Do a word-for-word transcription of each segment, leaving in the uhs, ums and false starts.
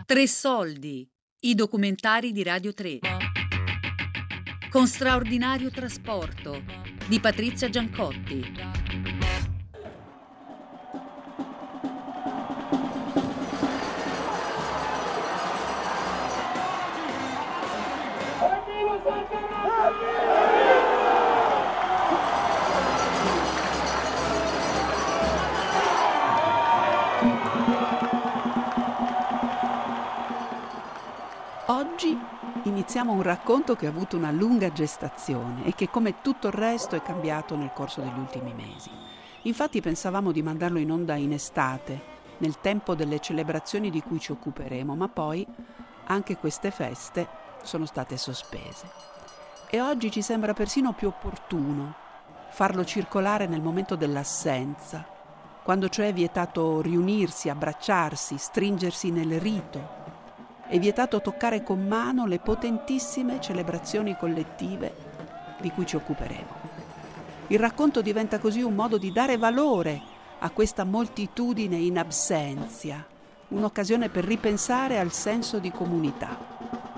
Tre soldi, i documentari di Radio tre. Con straordinario trasporto di Patrizia Giancotti. Oggi iniziamo un racconto che ha avuto una lunga gestazione e che, come tutto il resto, è cambiato nel corso degli ultimi mesi. Infatti pensavamo di mandarlo in onda in estate, nel tempo delle celebrazioni di cui ci occuperemo, ma poi anche queste feste sono state sospese. E oggi ci sembra persino più opportuno farlo circolare nel momento dell'assenza, quando cioè è vietato riunirsi, abbracciarsi, stringersi nel rito. È vietato toccare con mano le potentissime celebrazioni collettive di cui ci occuperemo. Il racconto diventa così un modo di dare valore a questa moltitudine in absentia, un'occasione per ripensare al senso di comunità.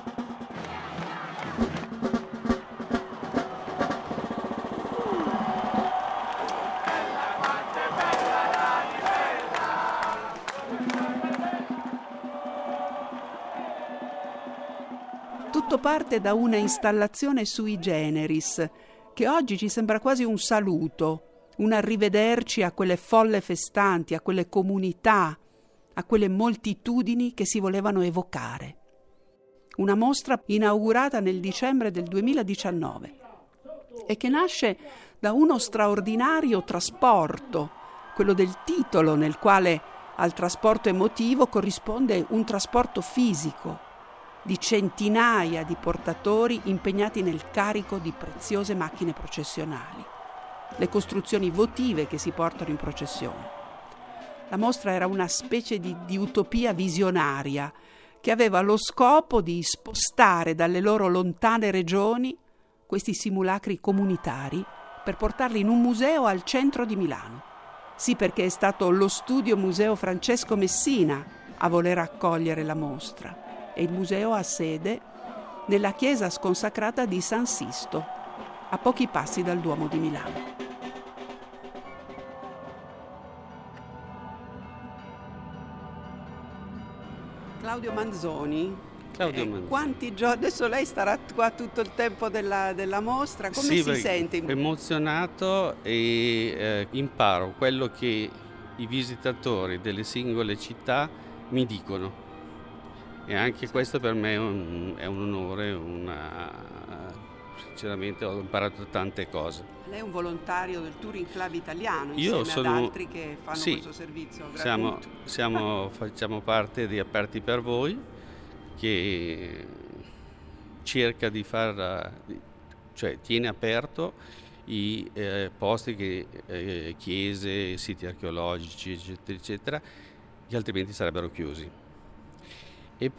Tutto parte da una installazione sui generis, che oggi ci sembra quasi un saluto, un arrivederci a quelle folle festanti, a quelle comunità, a quelle moltitudini che si volevano evocare. Una mostra inaugurata nel dicembre del duemiladiciannove e che nasce da uno straordinario trasporto, quello del titolo, nel quale al trasporto emotivo corrisponde un trasporto fisico, di centinaia di portatori impegnati nel carico di preziose macchine processionali, le costruzioni votive che si portano in processione. La mostra era una specie di, di utopia visionaria che aveva lo scopo di spostare dalle loro lontane regioni questi simulacri comunitari per portarli in un museo al centro di Milano. Sì, perché è stato lo studio Museo Francesco Messina a voler accogliere la mostra. E il museo ha sede nella chiesa sconsacrata di San Sisto, a pochi passi dal Duomo di Milano. Claudio Manzoni, Claudio eh, Manzoni. Quanti giorni? Adesso lei starà qua tutto il tempo della, della mostra, come sì, si sente? Emozionato e eh, imparo quello che i visitatori delle singole città mi dicono. E anche questo per me è un, è un onore, una, sinceramente ho imparato tante cose. Lei è un volontario del Touring Club italiano, Io insieme sono, ad altri che fanno sì, questo servizio gratuito. Siamo, siamo, facciamo parte di Aperti per Voi, che cerca di far, cioè tiene aperto i eh, posti, che, eh, chiese, siti archeologici, eccetera, eccetera, che altrimenti sarebbero chiusi. E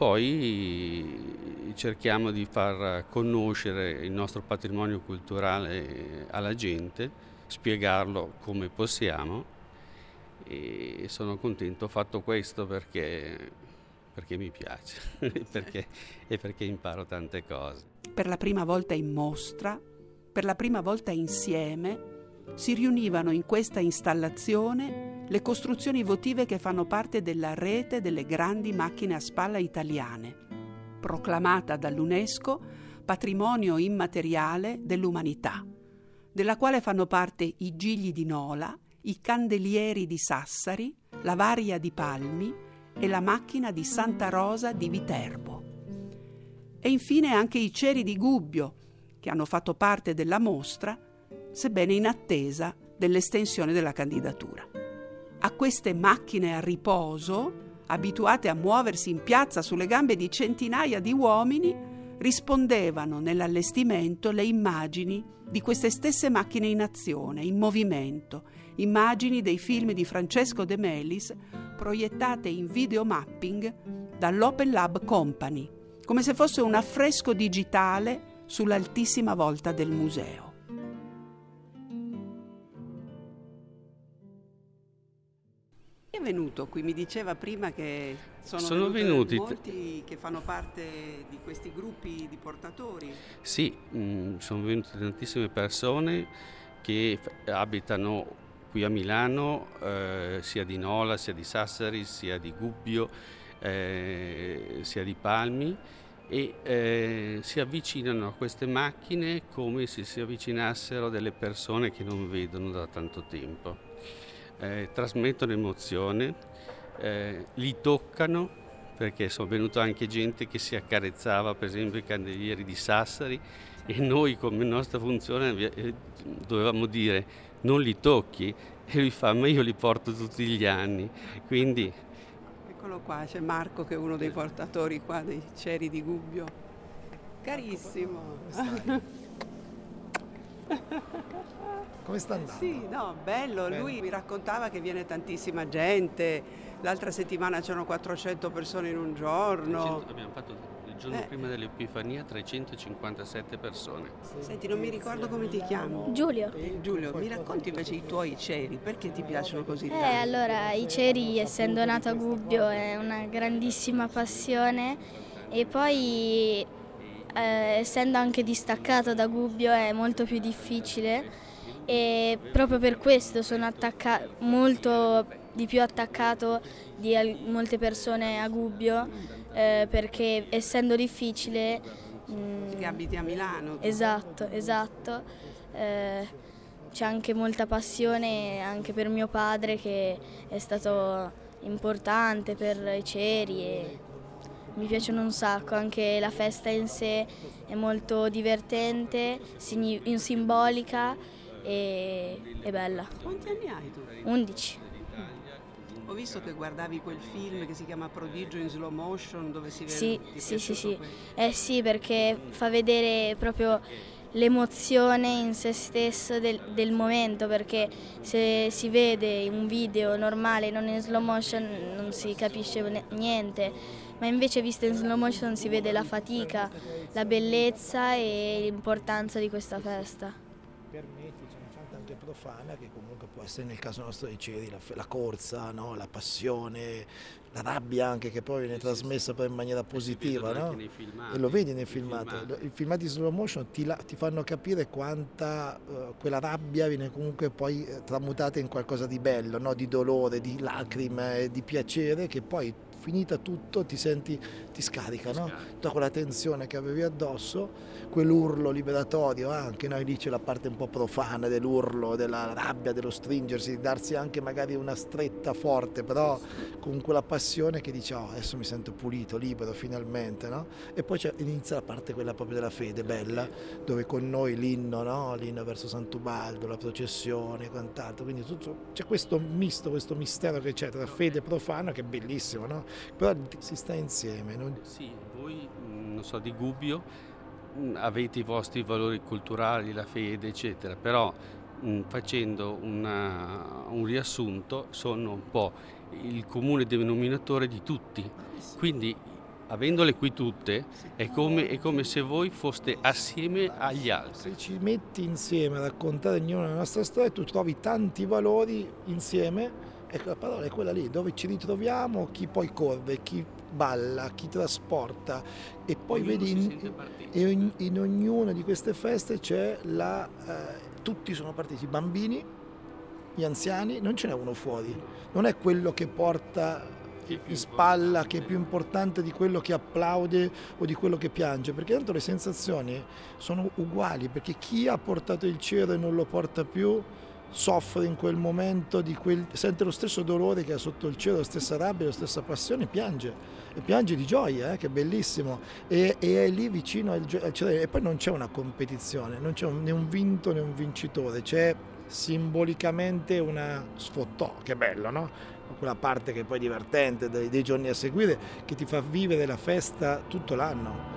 poi cerchiamo di far conoscere il nostro patrimonio culturale alla gente, spiegarlo come possiamo, e sono contento ho fatto questo perché, perché mi piace perché, e perché imparo tante cose. Per la prima volta in mostra, per la prima volta insieme, si riunivano in questa installazione le costruzioni votive che fanno parte della rete delle grandi macchine a spalla italiane, proclamata dall'UNESCO patrimonio immateriale dell'umanità, della quale fanno parte i Gigli di Nola, i Candelieri di Sassari, la Varia di Palmi e la macchina di Santa Rosa di Viterbo. E infine anche i Ceri di Gubbio, che hanno fatto parte della mostra, sebbene in attesa dell'estensione della candidatura. A queste macchine a riposo, abituate a muoversi in piazza sulle gambe di centinaia di uomini, rispondevano nell'allestimento le immagini di queste stesse macchine in azione, in movimento, immagini dei film di Francesco De Melis proiettate in videomapping dall'Open Lab Company, come se fosse un affresco digitale sull'altissima volta del museo. è venuto qui? Mi diceva prima che sono, sono venuti molti che fanno parte di questi gruppi di portatori. Sì, mh, sono venute tantissime persone che f- abitano qui a Milano, eh, sia di Nola, sia di Sassari, sia di Gubbio, eh, sia di Palmi, e eh, si avvicinano a queste macchine come se si avvicinassero delle persone che non vedono da tanto tempo. Eh, trasmettono emozione, eh, li toccano, perché sono venuto anche gente che si accarezzava, per esempio i candelieri di Sassari, e noi come nostra funzione eh, dovevamo dire non li tocchi, e lui fa ma io li porto tutti gli anni, quindi... Eccolo qua, c'è Marco che è uno dei portatori qua dei ceri di Gubbio. Carissimo! Come sta andando? Sì, no, bello. bello. Lui mi raccontava che viene tantissima gente. L'altra settimana c'erano quattrocento persone in un giorno. trecento, abbiamo fatto il giorno eh. prima dell'Epifania trecentocinquantasette persone. Senti, non mi ricordo come ti chiami. Giulio. Eh, Giulio, mi racconti invece i tuoi ceri? Perché ti piacciono così tanto? Eh, allora, i ceri, essendo nato a Gubbio, è una grandissima passione, e poi eh, essendo anche distaccato da Gubbio è molto più difficile, e proprio per questo sono attacca- molto di più attaccato di al- molte persone a Gubbio, eh, perché essendo difficile... Mh, che abiti a Milano. Tu. Esatto, esatto. Eh, c'è anche molta passione anche per mio padre, che è stato importante per i ceri, e mi piacciono un sacco. Anche la festa in sé è molto divertente, signi- simbolica e è bella. Quanti anni hai tu? undici. Ho visto che guardavi quel film che si chiama Prodigio in slow motion, dove si vede... Sì, sì, sì, sì. Eh sì, perché fa vedere proprio l'emozione in se stesso del, del momento, perché se si vede un video normale, non in slow motion, non si capisce niente, ma invece visto in slow motion si vede la fatica, la bellezza e l'importanza di questa festa. Per me c'è una certa anche profana, che comunque può essere nel caso nostro dei ceri, la, la corsa, no? La passione, la rabbia anche, che poi viene trasmessa poi in maniera positiva, no? E lo vedi nei filmati. I filmati di slow motion ti, la, ti fanno capire quanta uh, quella rabbia viene comunque poi eh, tramutata in qualcosa di bello, no? Di dolore, di lacrime, di piacere, che poi finita tutto ti senti, ti scarica, no? Tutta quella tensione che avevi addosso, quell'urlo liberatorio anche, no? Lì c'è la parte un po' profana dell'urlo, della rabbia, dello stringersi, di darsi anche magari una stretta forte, però con quella passione che dice oh, adesso mi sento pulito, libero finalmente, no? E poi c'è, inizia la parte quella proprio della fede bella, dove con noi l'inno, no? L'inno verso Sant'Ubaldo, la processione e quant'altro, quindi tutto, c'è questo misto, questo mistero che c'è tra fede e profano, che è bellissimo, no? Però si sta insieme, no? Sì, voi, non so, di Gubbio avete i vostri valori culturali, la fede, eccetera, però mh, facendo una, un riassunto sono un po' il comune denominatore di tutti, quindi avendole qui tutte è come, è come se voi foste assieme agli altri. Se ci metti insieme a raccontare ognuna la nostra storia, tu trovi tanti valori insieme. Ecco, la parola è quella lì, dove ci ritroviamo, chi poi corre, chi balla, chi trasporta, e poi ognuno vedi in, in, in ognuna di queste feste c'è la, eh, tutti sono partiti, i bambini, gli anziani, non ce n'è uno fuori, non è quello che porta in spalla che è più importante di quello che applaude o di quello che piange, perché tanto le sensazioni sono uguali, perché chi ha portato il cero e non lo porta più soffre in quel momento, di quel, sente lo stesso dolore che ha sotto il cielo, la stessa rabbia, la stessa passione, piange e piange di gioia, eh, che è bellissimo, e, e è lì vicino al, al cielo. E poi non c'è una competizione, non c'è un, né un vinto né un vincitore, c'è simbolicamente una sfottò, che è bello, no? Quella parte che è poi divertente dei, dei giorni a seguire, che ti fa vivere la festa tutto l'anno.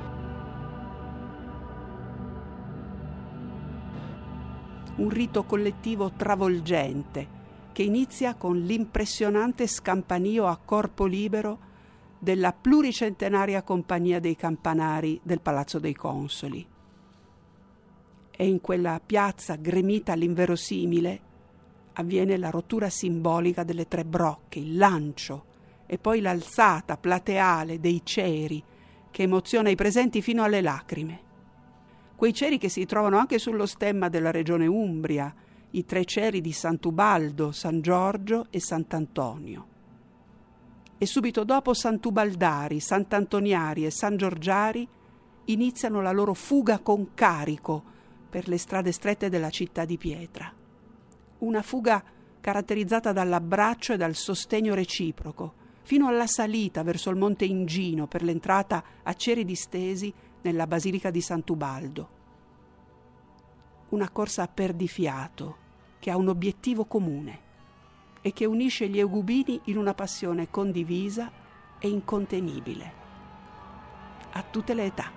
Un rito collettivo travolgente che inizia con l'impressionante scampanio a corpo libero della pluricentenaria Compagnia dei Campanari del Palazzo dei Consoli. E in quella piazza gremita all'inverosimile, avviene la rottura simbolica delle tre brocche, il lancio e poi l'alzata plateale dei ceri che emoziona i presenti fino alle lacrime. Quei ceri che si trovano anche sullo stemma della regione Umbria, i tre ceri di Sant'Ubaldo, San Giorgio e Sant'Antonio. E subito dopo Sant'Ubaldari, Sant'Antoniari e San Giorgiari iniziano la loro fuga con carico per le strade strette della città di pietra. Una fuga caratterizzata dall'abbraccio e dal sostegno reciproco, fino alla salita verso il Monte Ingino per l'entrata a ceri distesi nella Basilica di Sant'Ubaldo. Una corsa a perdifiato che ha un obiettivo comune e che unisce gli eugubini in una passione condivisa e incontenibile, a tutte le età.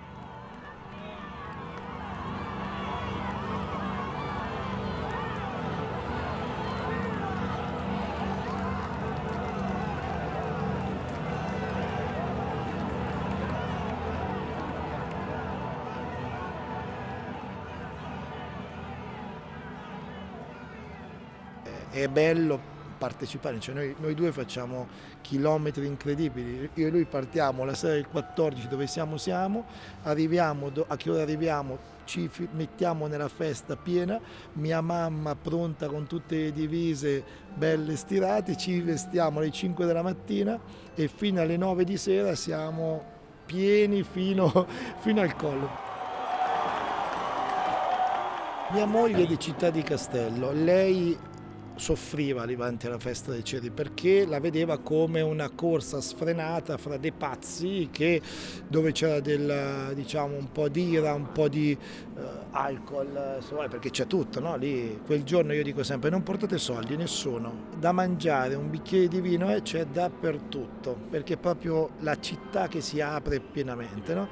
È bello partecipare, cioè noi, noi due facciamo chilometri incredibili, io e lui partiamo la sera del quattordici, dove siamo siamo, arriviamo, a che ora arriviamo, ci mettiamo nella festa piena, mia mamma pronta con tutte le divise belle stirate, ci vestiamo alle cinque della mattina e fino alle nove di sera siamo pieni fino, fino al collo. Mia moglie è di Città di Castello, lei soffriva davanti alla festa dei ceri perché la vedeva come una corsa sfrenata fra dei pazzi che, dove c'era del, diciamo, un po' di ira, un po' di uh, alcol, perché c'è tutto, no? Lì quel giorno io dico sempre non portate soldi, nessuno, da mangiare, un bicchiere di vino e eh, c'è dappertutto, perché è proprio la città che si apre pienamente, no?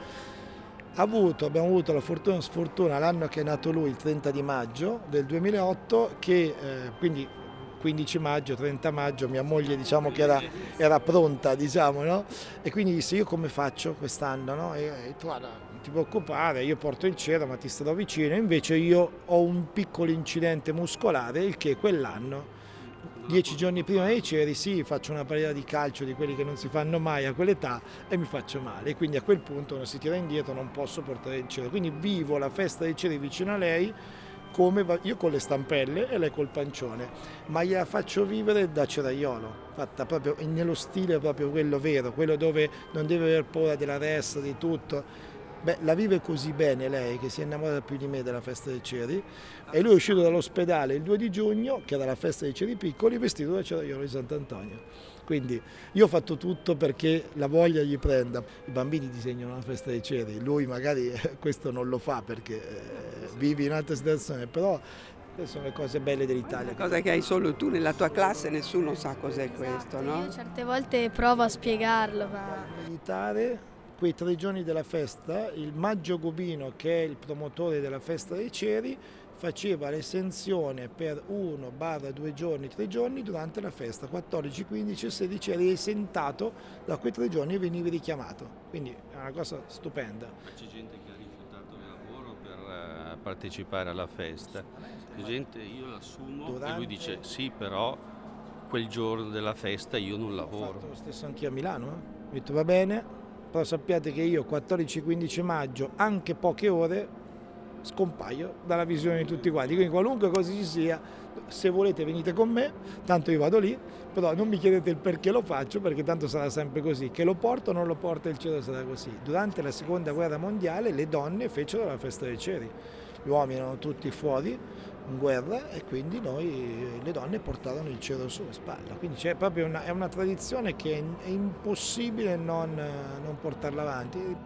Avuto, abbiamo avuto la fortuna e sfortuna l'anno che è nato lui, il trenta di maggio del duemilaotto, che eh, quindi quindici maggio, trenta maggio, mia moglie diciamo che era, era pronta, diciamo, no? E quindi disse io come faccio quest'anno, no? E, e tu guarda, non ti preoccupare, io porto il cero ma ti starò vicino, invece io ho un piccolo incidente muscolare, il che quell'anno dieci giorni prima dei ceri, sì, faccio una partita di calcio di quelli che non si fanno mai a quell'età e mi faccio male. E quindi a quel punto uno si tira indietro, non posso portare il ceri. Quindi vivo la festa dei ceri vicino a lei, come io con le stampelle e lei col pancione, ma gliela faccio vivere da ceraiolo, fatta proprio nello stile proprio quello vero, quello dove non deve aver paura della resta, di tutto. Beh, la vive così bene lei che si è innamorata più di me della festa dei ceri e lui è uscito dall'ospedale il due di giugno, che era la festa dei ceri piccoli, vestito da ceraiolo di Sant'Antonio. Quindi io ho fatto tutto perché la voglia gli prenda. I bambini disegnano la festa dei ceri, lui magari questo non lo fa perché eh, vive in altre situazioni, però queste sono le cose belle dell'Italia. Una cosa che hai solo tu nella tua classe, nessuno sa cos'è questo, no? Io certe volte provo a spiegarlo, ma... Militare, quei tre giorni della festa, il Maggio Gubino, che è il promotore della festa dei ceri, faceva l'esenzione per uno, barra due giorni, tre giorni durante la festa, quattordici, quindici e sedici eri esentato da quei tre giorni e venivi richiamato, quindi è una cosa stupenda. C'è gente che ha rifiutato il lavoro per uh, partecipare alla festa, c'è gente, io l'assumo durante... e lui dice sì, però quel giorno della festa io non lavoro. Ho fatto lo stesso anch'io a Milano, eh? Ho detto va bene, però sappiate che io quattordici quindici maggio, anche poche ore, scompaio dalla visione di tutti quanti, quindi qualunque cosa ci sia, se volete venite con me, tanto io vado lì, però non mi chiedete il perché lo faccio, perché tanto sarà sempre così, che lo porto o non lo porto il cielo sarà così. Durante la seconda guerra mondiale le donne fecero la festa dei ceri, gli uomini erano tutti fuori in guerra e quindi noi, le donne portarono il cero sulla spalla, quindi c'è proprio una, è una tradizione che è, è impossibile non, non portarla avanti.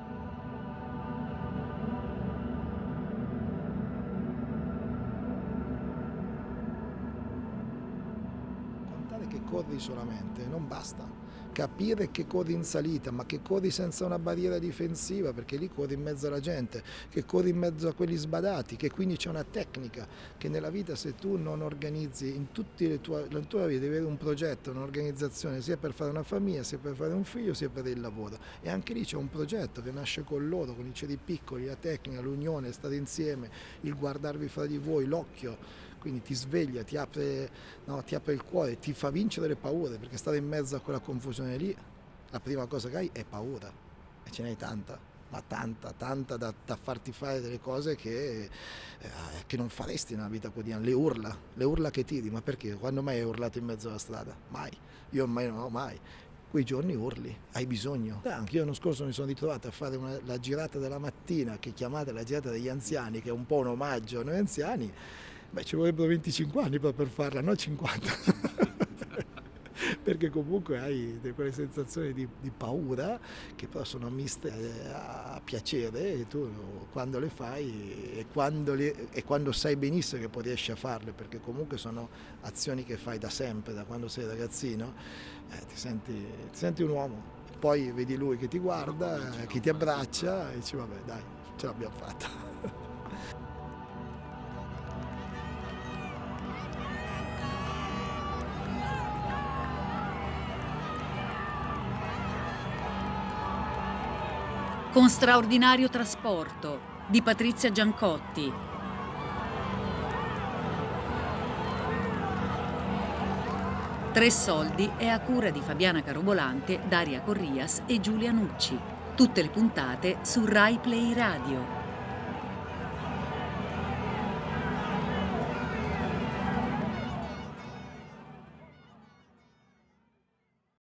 Che corri solamente, non basta. Capire che corri in salita, ma che corri senza una barriera difensiva, perché lì corri in mezzo alla gente, che corri in mezzo a quelli sbadati, che quindi c'è una tecnica, che nella vita se tu non organizzi, in tutta la tua vita devi avere un progetto, un'organizzazione, sia per fare una famiglia, sia per fare un figlio, sia per il lavoro. E anche lì c'è un progetto che nasce con loro, con i ceri piccoli, la tecnica, l'unione, stare insieme, il guardarvi fra di voi, l'occhio. quindi ti sveglia, ti apre, no, ti apre il cuore, ti fa vincere le paure, perché stare in mezzo a quella confusione lì, la prima cosa che hai è paura, e ce n'hai tanta, ma tanta, tanta da, da farti fare delle cose che, eh, che non faresti nella vita quotidiana, le urla, le urla che tiri, ma perché? Quando mai hai urlato in mezzo alla strada? Mai, io ormai non ho mai. Quei giorni urli, hai bisogno. Anche io l'anno scorso mi sono ritrovato a fare una, la girata della mattina, che chiamate la girata degli anziani, che è un po' un omaggio a noi anziani. Beh, ci vorrebbero venticinque anni per farla, no cinquanta. Perché comunque hai quelle sensazioni di, di paura che però sono miste a piacere, e tu quando le fai e quando, le, e quando sai benissimo che poi riesci a farle, perché comunque sono azioni che fai da sempre, da quando sei ragazzino, eh, ti, senti, ti senti un uomo. Poi vedi lui che ti guarda, che ti abbraccia e dici vabbè dai, ce l'abbiamo fatta. Con straordinario trasporto di Patrizia Giancotti. Tre soldi è a cura di Fabiana Carobolante, Daria Corrias e Giulia Nucci. Tutte le puntate su Rai Play Radio.